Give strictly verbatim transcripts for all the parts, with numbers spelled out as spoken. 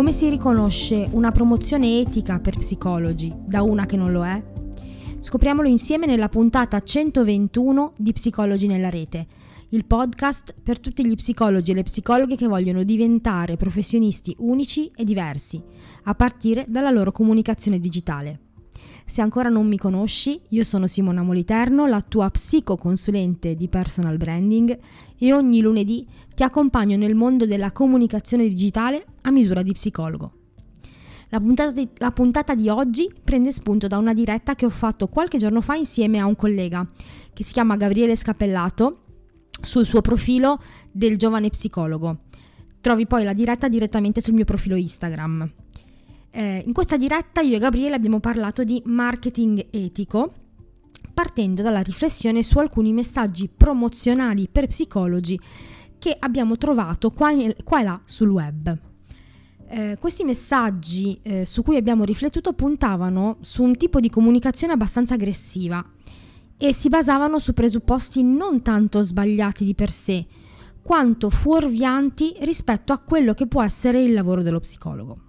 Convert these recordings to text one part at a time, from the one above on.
come si riconosce una promozione etica per psicologi da una che non lo è? Scopriamolo insieme nella puntata centoventuno di Psicologi nella Rete, il podcast per tutti gli psicologi e le psicologhe che vogliono diventare professionisti unici e diversi, a partire dalla loro comunicazione digitale. Se ancora non mi conosci, io sono Simona Moliterno, la tua psicoconsulente di personal branding, e ogni lunedì ti accompagno nel mondo della comunicazione digitale a misura di psicologo. La puntata di, la puntata di oggi prende spunto da una diretta che ho fatto qualche giorno fa insieme a un collega che si chiama Gabriele Scappellato sul suo profilo del giovane psicologo. Trovi poi la diretta direttamente sul mio profilo Instagram. Eh, in questa diretta io e Gabriele abbiamo parlato di marketing etico, partendo dalla riflessione su alcuni messaggi promozionali per psicologi che abbiamo trovato qua e, qua e là sul web. Eh, questi messaggi eh, su cui abbiamo riflettuto puntavano su un tipo di comunicazione abbastanza aggressiva e si basavano su presupposti non tanto sbagliati di per sé, quanto fuorvianti rispetto a quello che può essere il lavoro dello psicologo.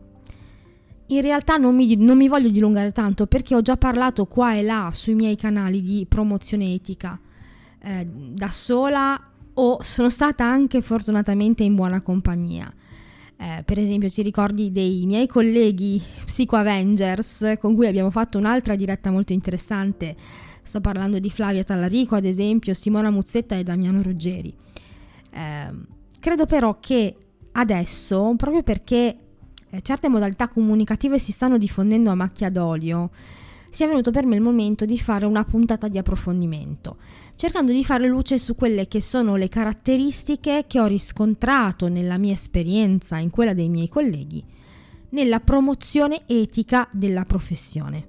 In realtà non mi, non mi voglio dilungare tanto perché ho già parlato qua e là sui miei canali di promozione etica, eh, da sola o sono stata anche fortunatamente in buona compagnia. Eh, per esempio ti ricordi dei miei colleghi Psycho Avengers con cui abbiamo fatto un'altra diretta molto interessante? Sto parlando di Flavia Tallarico ad esempio, Simona Muzzetta e Damiano Ruggeri. Eh, credo però che adesso, proprio perché certe modalità comunicative si stanno diffondendo a macchia d'olio, sia venuto per me il momento di fare una puntata di approfondimento, cercando di fare luce su quelle che sono le caratteristiche che ho riscontrato nella mia esperienza e in quella dei miei colleghi nella promozione etica della professione.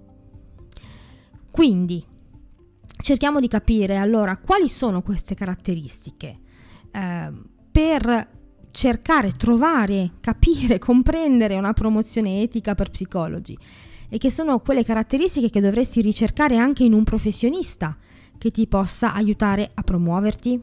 Quindi cerchiamo di capire allora quali sono queste caratteristiche eh, per cercare, trovare, capire, comprendere una promozione etica per psicologi, e che sono quelle caratteristiche che dovresti ricercare anche in un professionista che ti possa aiutare a promuoverti.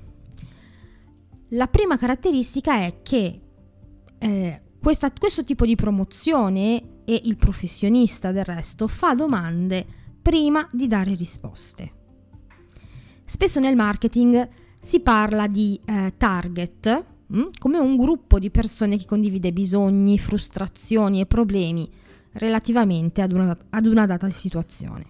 La prima caratteristica è che eh, questa, questo tipo di promozione, e il professionista del resto, fa domande prima di dare risposte. Spesso nel marketing si parla di eh, target come un gruppo di persone che condivide bisogni, frustrazioni e problemi relativamente ad una, ad una data situazione.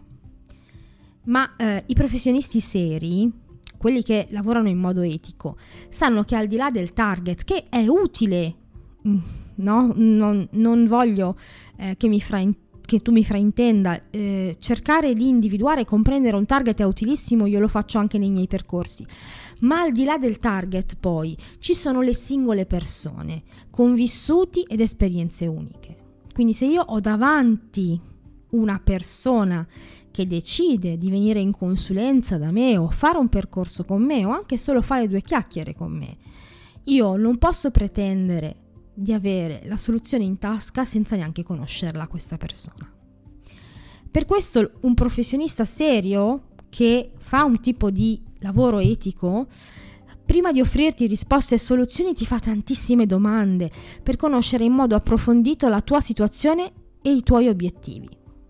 Ma eh, i professionisti seri, quelli che lavorano in modo etico, sanno che al di là del target, che è utile, no? Non, non voglio eh, che mi fraintenda, che tu mi fraintenda, eh, cercare di individuare e comprendere un target è utilissimo, io lo faccio anche nei miei percorsi, ma al di là del target poi ci sono le singole persone con vissuti ed esperienze uniche. Quindi se io ho davanti una persona che decide di venire in consulenza da me o fare un percorso con me o anche solo fare due chiacchiere con me, io non posso pretendere di avere la soluzione in tasca senza neanche conoscerla questa persona. Per questo un professionista serio che fa un tipo di lavoro etico, prima di offrirti risposte e soluzioni ti fa tantissime domande per conoscere in modo approfondito la tua situazione e i tuoi obiettivi.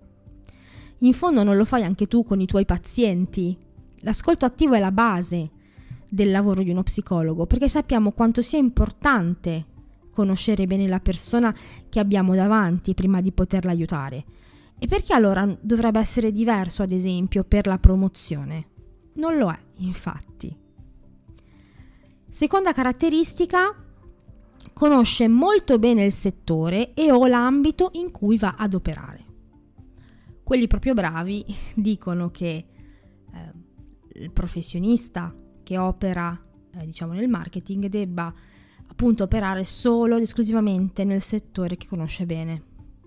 In fondo non lo fai anche tu con i tuoi pazienti. L'ascolto attivo è la base del lavoro di uno psicologo, perché sappiamo quanto sia importante conoscere bene la persona che abbiamo davanti prima di poterla aiutare. E perché allora dovrebbe essere diverso, ad esempio, per la promozione? Non lo è, infatti. Seconda caratteristica, conosce molto bene il settore e o l'ambito in cui va ad operare. Quelli proprio bravi dicono che eh, il professionista che opera eh, diciamo nel marketing debba appunto operare solo ed esclusivamente nel settore che conosce bene.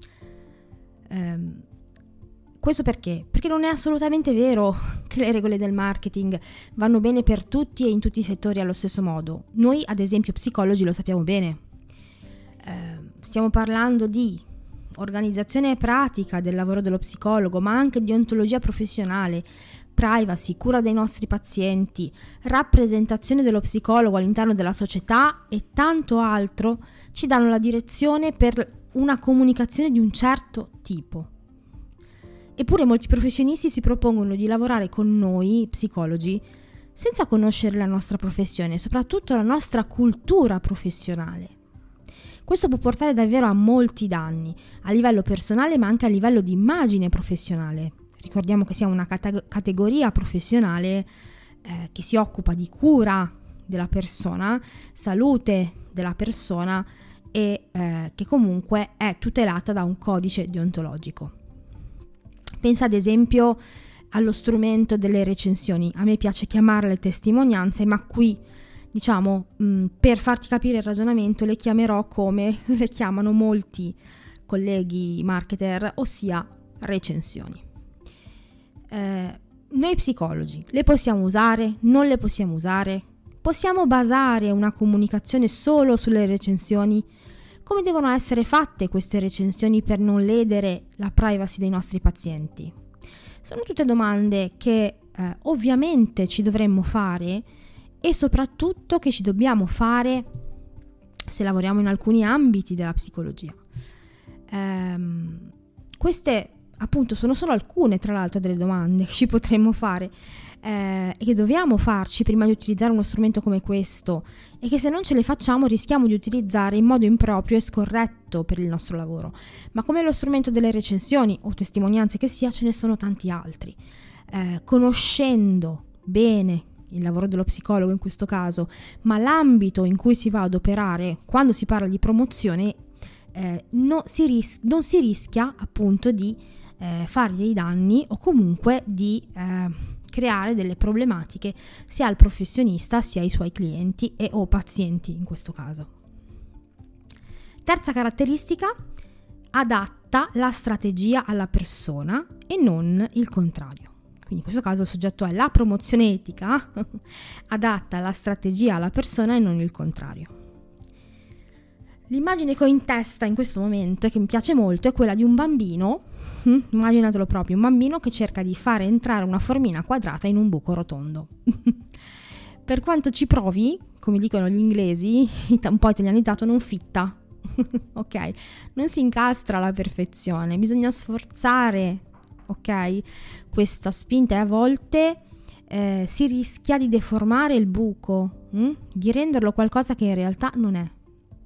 Um, questo perché? Perché non è assolutamente vero che le regole del marketing vanno bene per tutti e in tutti i settori allo stesso modo. Noi, ad esempio, psicologi lo sappiamo bene. Uh, stiamo parlando di organizzazione pratica del lavoro dello psicologo, ma anche di ontologia professionale, privacy, cura dei nostri pazienti, rappresentazione dello psicologo all'interno della società e tanto altro ci danno la direzione per una comunicazione di un certo tipo. Eppure molti professionisti si propongono di lavorare con noi, psicologi, senza conoscere la nostra professione, soprattutto la nostra cultura professionale. Questo può portare davvero a molti danni, a livello personale ma anche a livello di immagine professionale. Ricordiamo che siamo una cate- categoria professionale eh, che si occupa di cura della persona, salute della persona e eh, che comunque è tutelata da un codice deontologico. Pensa ad esempio allo strumento delle recensioni. A me piace chiamarle testimonianze, ma qui, diciamo, mh, per farti capire il ragionamento, le chiamerò come le chiamano molti colleghi marketer, ossia recensioni. Eh, noi psicologi le possiamo usare? Non le possiamo usare? Possiamo basare una comunicazione solo sulle recensioni? Come devono essere fatte queste recensioni per non ledere la privacy dei nostri pazienti? Sono tutte domande che eh, ovviamente ci dovremmo fare e soprattutto che ci dobbiamo fare se lavoriamo in alcuni ambiti della psicologia. Ehm, queste appunto sono solo alcune, tra l'altro, delle domande che ci potremmo fare eh, e che dobbiamo farci prima di utilizzare uno strumento come questo, e che se non ce le facciamo rischiamo di utilizzare in modo improprio e scorretto per il nostro lavoro. Ma come lo strumento delle recensioni o testimonianze che sia, ce ne sono tanti altri. Eh, conoscendo bene il lavoro dello psicologo in questo caso, ma l'ambito in cui si va ad operare quando si parla di promozione, eh, no, si ris- non si rischia appunto di eh, fare dei danni o comunque di eh, creare delle problematiche sia al professionista sia ai suoi clienti e o pazienti in questo caso. Terza caratteristica: adatta la strategia alla persona e non il contrario. Quindi in questo caso il soggetto è la promozione etica, adatta la strategia alla persona e non il contrario. L'immagine che ho in testa in questo momento e che mi piace molto è quella di un bambino, immaginatelo proprio, un bambino che cerca di fare entrare una formina quadrata in un buco rotondo. Per quanto ci provi, come dicono gli inglesi, un po' italianizzato, non fitta, ok? Non si incastra alla perfezione, bisogna sforzare, ok? Questa spinta e a volte eh, si rischia di deformare il buco, hm? di renderlo qualcosa che in realtà non è.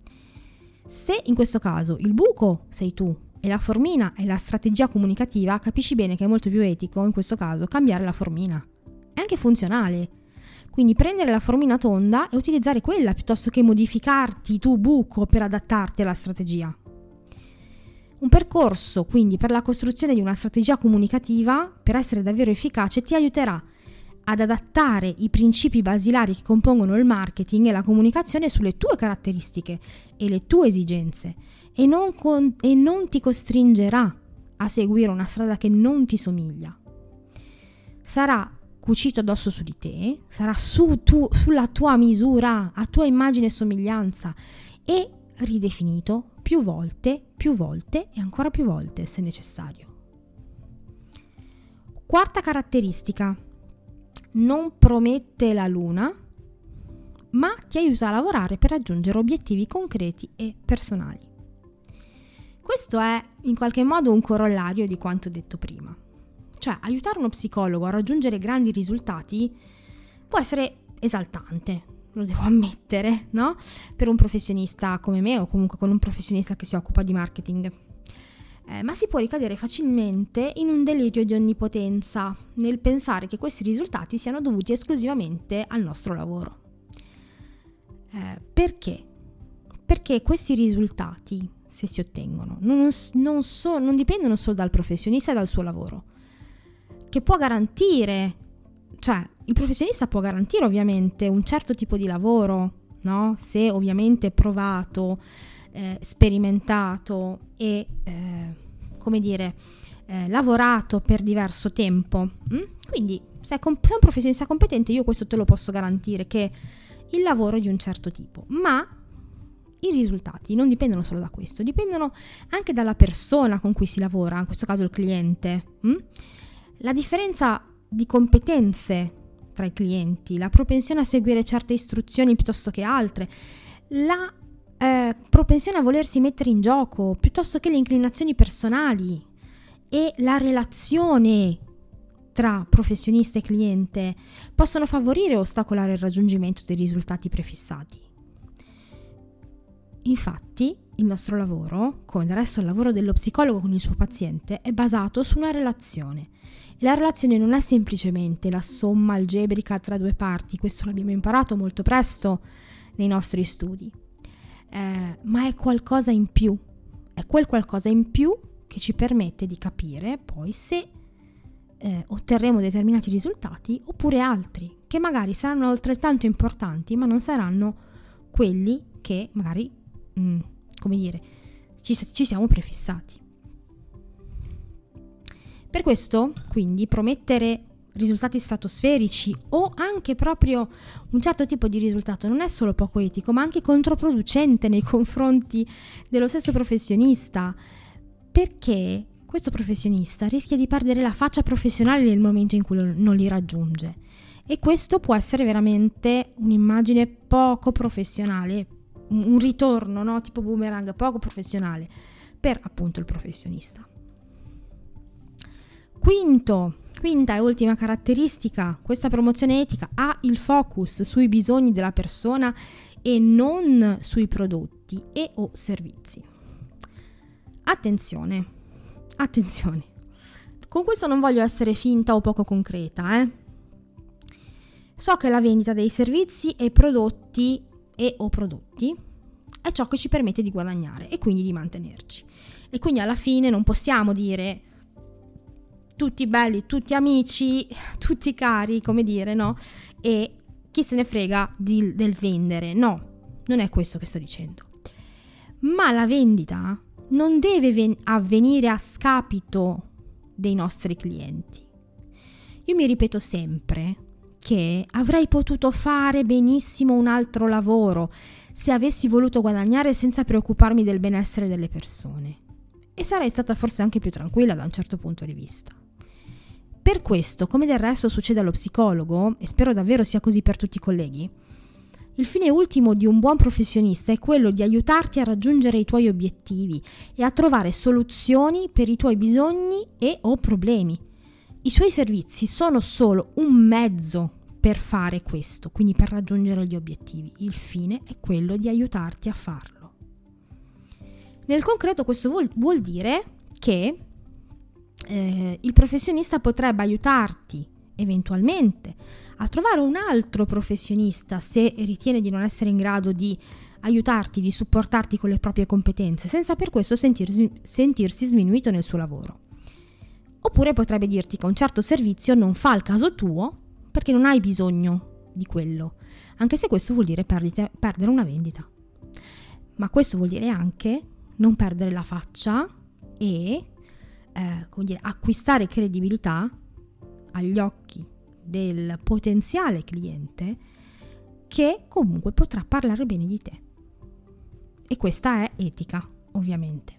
Se in questo caso il buco sei tu e la formina è la strategia comunicativa, capisci bene che è molto più etico in questo caso cambiare la formina. È anche funzionale. Quindi prendere la formina tonda e utilizzare quella piuttosto che modificarti tu buco per adattarti alla strategia. Un percorso quindi per la costruzione di una strategia comunicativa, per essere davvero efficace, ti aiuterà ad adattare i principi basilari che compongono il marketing e la comunicazione sulle tue caratteristiche e le tue esigenze e non, con, e non ti costringerà a seguire una strada che non ti somiglia. Sarà cucito addosso su di te, sarà su tu, sulla tua misura, a tua immagine e somiglianza e ridefinito più volte, più volte e ancora più volte se necessario. Quarta caratteristica: non promette la luna, ma ti aiuta a lavorare per raggiungere obiettivi concreti e personali. Questo è in qualche modo un corollario di quanto detto prima. Cioè, aiutare uno psicologo a raggiungere grandi risultati può essere esaltante, lo devo ammettere, no? Per un professionista come me o comunque con un professionista che si occupa di marketing. Eh, ma si può ricadere facilmente in un delirio di onnipotenza nel pensare che questi risultati siano dovuti esclusivamente al nostro lavoro. Eh, perché? Perché questi risultati, se si ottengono, non, non, so, non dipendono solo dal professionista e dal suo lavoro, che può garantire, cioè il professionista può garantire ovviamente un certo tipo di lavoro, no? Se ovviamente provato, Eh, sperimentato e eh, come dire eh, lavorato per diverso tempo. mm? Quindi se è, comp- se è un professionista competente, io questo te lo posso garantire, che il lavoro è di un certo tipo, ma i risultati non dipendono solo da questo, dipendono anche dalla persona con cui si lavora, in questo caso il cliente. mm? La differenza di competenze tra i clienti, la propensione a seguire certe istruzioni piuttosto che altre, la eh, propensione a volersi mettere in gioco piuttosto che le inclinazioni personali e la relazione tra professionista e cliente possono favorire o ostacolare il raggiungimento dei risultati prefissati. Infatti, il nostro lavoro, come del resto il lavoro dello psicologo con il suo paziente, è basato su una relazione. E la relazione non è semplicemente la somma algebrica tra due parti, questo l'abbiamo imparato molto presto nei nostri studi, eh, ma è qualcosa in più, è quel qualcosa in più che ci permette di capire poi se eh, otterremo determinati risultati oppure altri, che magari saranno altrettanto importanti, ma non saranno quelli che magari, mh, come dire, ci, ci siamo prefissati. Per questo, quindi, promettere risultati stratosferici o anche proprio un certo tipo di risultato non è solo poco etico, ma anche controproducente nei confronti dello stesso professionista, perché questo professionista rischia di perdere la faccia professionale nel momento in cui non li raggiunge, e questo può essere veramente un'immagine poco professionale, un ritorno, no? Tipo boomerang, poco professionale per appunto il professionista. Quinto, quinta e ultima caratteristica, questa promozione etica ha il focus sui bisogni della persona e non sui prodotti e o servizi. Attenzione, attenzione, con questo non voglio essere finta o poco concreta, eh. So che la vendita dei servizi e prodotti e o prodotti è ciò che ci permette di guadagnare e quindi di mantenerci. E quindi alla fine non possiamo dire tutti belli, tutti amici, tutti cari, come dire, no? E chi se ne frega di, del vendere. No, non è questo che sto dicendo. Ma la vendita non deve ven- avvenire a scapito dei nostri clienti. Io mi ripeto sempre che avrei potuto fare benissimo un altro lavoro se avessi voluto guadagnare senza preoccuparmi del benessere delle persone. E sarei stata forse anche più tranquilla da un certo punto di vista. Per questo, come del resto succede allo psicologo, e spero davvero sia così per tutti i colleghi, il fine ultimo di un buon professionista è quello di aiutarti a raggiungere i tuoi obiettivi e a trovare soluzioni per i tuoi bisogni e o problemi. I suoi servizi sono solo un mezzo per fare questo, quindi per raggiungere gli obiettivi. Il fine è quello di aiutarti a farlo. Nel concreto questo vuol, vuol dire che eh, il professionista potrebbe aiutarti eventualmente a trovare un altro professionista se ritiene di non essere in grado di aiutarti, di supportarti con le proprie competenze, senza per questo sentirsi, sentirsi sminuito nel suo lavoro. Oppure potrebbe dirti che un certo servizio non fa il caso tuo perché non hai bisogno di quello, anche se questo vuol dire perdite, perdere una vendita. Ma questo vuol dire anche non perdere la faccia e eh, come dire, acquistare credibilità agli occhi del potenziale cliente che comunque potrà parlare bene di te. E questa è etica, ovviamente.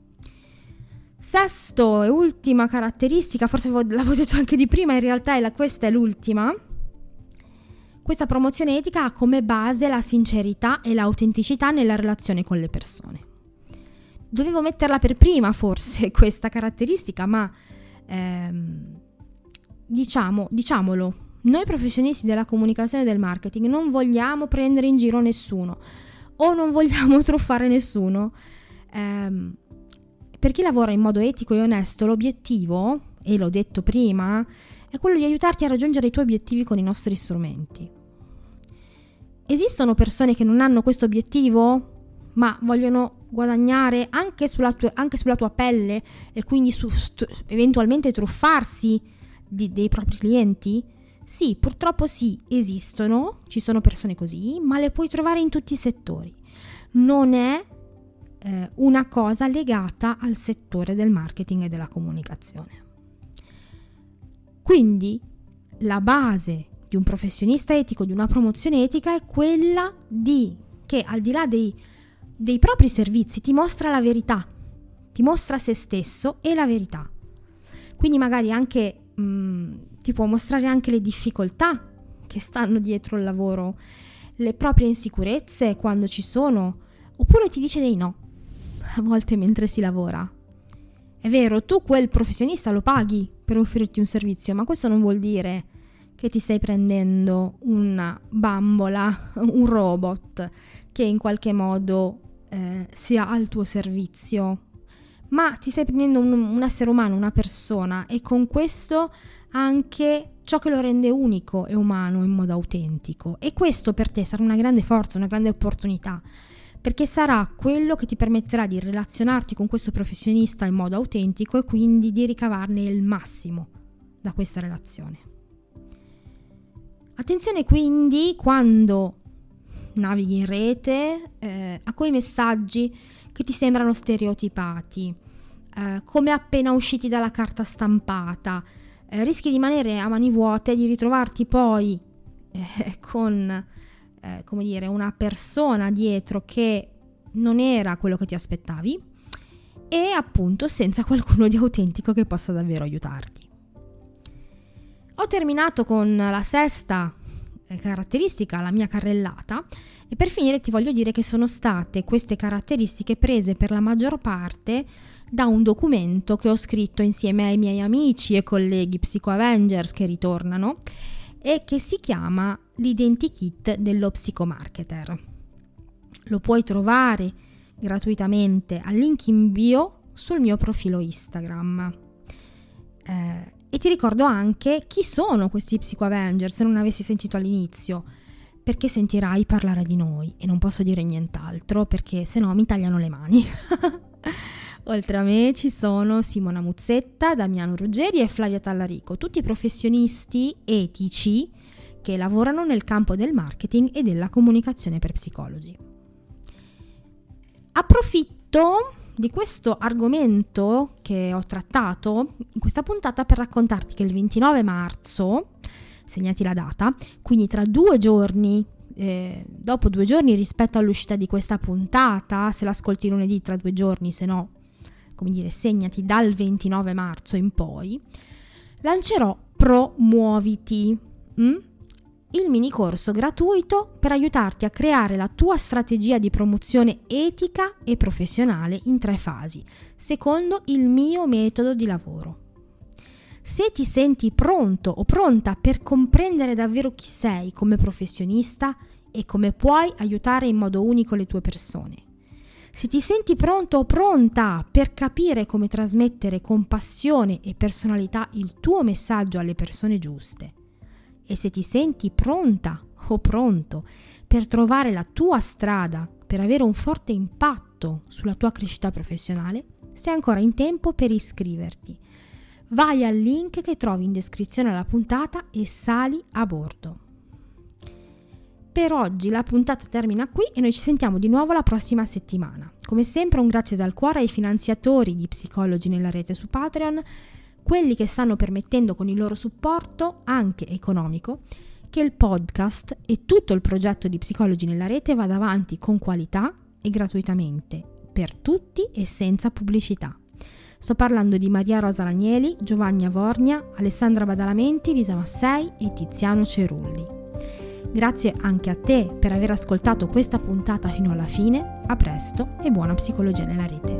Sesto e ultima caratteristica, forse l'avevo detto anche di prima, in realtà è la, questa è l'ultima. Questa promozione etica ha come base la sincerità e l'autenticità nella relazione con le persone. Dovevo metterla per prima forse questa caratteristica, ma ehm, diciamo, diciamolo, noi professionisti della comunicazione e del marketing non vogliamo prendere in giro nessuno o non vogliamo truffare nessuno. Ehm, per chi lavora in modo etico e onesto, l'obiettivo, e l'ho detto prima, è quello di aiutarti a raggiungere i tuoi obiettivi con i nostri strumenti. Esistono persone che non hanno questo obiettivo, ma vogliono guadagnare anche sulla, tu- anche sulla tua pelle e quindi su, st- eventualmente truffarsi di- dei propri clienti? Sì, purtroppo sì, esistono, ci sono persone così, ma le puoi trovare in tutti i settori. Non è eh, una cosa legata al settore del marketing e della comunicazione. Quindi la base di un professionista etico, di una promozione etica, è quella di che al di là dei, dei propri servizi ti mostra la verità, ti mostra se stesso e la verità. Quindi magari anche mh, ti può mostrare anche le difficoltà che stanno dietro il lavoro, le proprie insicurezze quando ci sono, oppure ti dice dei no, a volte mentre si lavora. È vero, tu quel professionista lo paghi per offrirti un servizio, ma questo non vuol dire che ti stai prendendo una bambola, un robot che in qualche modo eh, sia al tuo servizio, ma ti stai prendendo un, un essere umano, una persona, e con questo anche ciò che lo rende unico e umano in modo autentico. E questo per te sarà una grande forza, una grande opportunità, perché sarà quello che ti permetterà di relazionarti con questo professionista in modo autentico e quindi di ricavarne il massimo da questa relazione. Attenzione quindi quando navighi in rete eh, a quei messaggi che ti sembrano stereotipati, eh, come appena usciti dalla carta stampata. Eh, rischi di rimanere a mani vuote, di ritrovarti poi eh, con eh, come dire, una persona dietro che non era quello che ti aspettavi e appunto senza qualcuno di autentico che possa davvero aiutarti. Ho terminato con la sesta eh, caratteristica, la mia carrellata, e per finire ti voglio dire che sono state queste caratteristiche prese per la maggior parte da un documento che ho scritto insieme ai miei amici e colleghi Psycho Avengers che ritornano e che si chiama l'identikit dello psicomarketer. Lo puoi trovare gratuitamente al link in bio sul mio profilo Instagram. Eh, e ti ricordo anche chi sono questi Psycho Avengers se non avessi sentito all'inizio, perché sentirai parlare di noi e non posso dire nient'altro perché se no mi tagliano le mani. Oltre a me ci sono Simona Muzzetta, Damiano Ruggeri e Flavia Tallarico, tutti professionisti etici che lavorano nel campo del marketing e della comunicazione per psicologi. Approfitto di questo argomento che ho trattato in questa puntata per raccontarti che il ventinove marzo, segnati la data, quindi tra due giorni, eh, dopo due giorni rispetto all'uscita di questa puntata, se l'ascolti lunedì tra due giorni, se no, come dire, segnati dal ventinove marzo in poi, lancerò Promuoviti, hm? il mini corso gratuito per aiutarti a creare la tua strategia di promozione etica e professionale in tre fasi, secondo il mio metodo di lavoro. Se ti senti pronto o pronta per comprendere davvero chi sei come professionista e come puoi aiutare in modo unico le tue persone, se ti senti pronto o pronta per capire come trasmettere con passione e personalità il tuo messaggio alle persone giuste, e se ti senti pronta o pronto per trovare la tua strada per avere un forte impatto sulla tua crescita professionale, sei ancora in tempo per iscriverti. Vai al link che trovi in descrizione alla puntata e sali a bordo. Per oggi la puntata termina qui e noi ci sentiamo di nuovo la prossima settimana. Come sempre un grazie dal cuore ai finanziatori di Psicologi nella Rete su Patreon, quelli che stanno permettendo con il loro supporto, anche economico, che il podcast e tutto il progetto di Psicologi nella Rete vada avanti con qualità e gratuitamente, per tutti e senza pubblicità. Sto parlando di Maria Rosa Ranieri, Giovanni Avornia, Alessandra Badalamenti, Lisa Massei e Tiziano Cerulli. Grazie anche a te per aver ascoltato questa puntata fino alla fine. A presto e buona psicologia nella rete.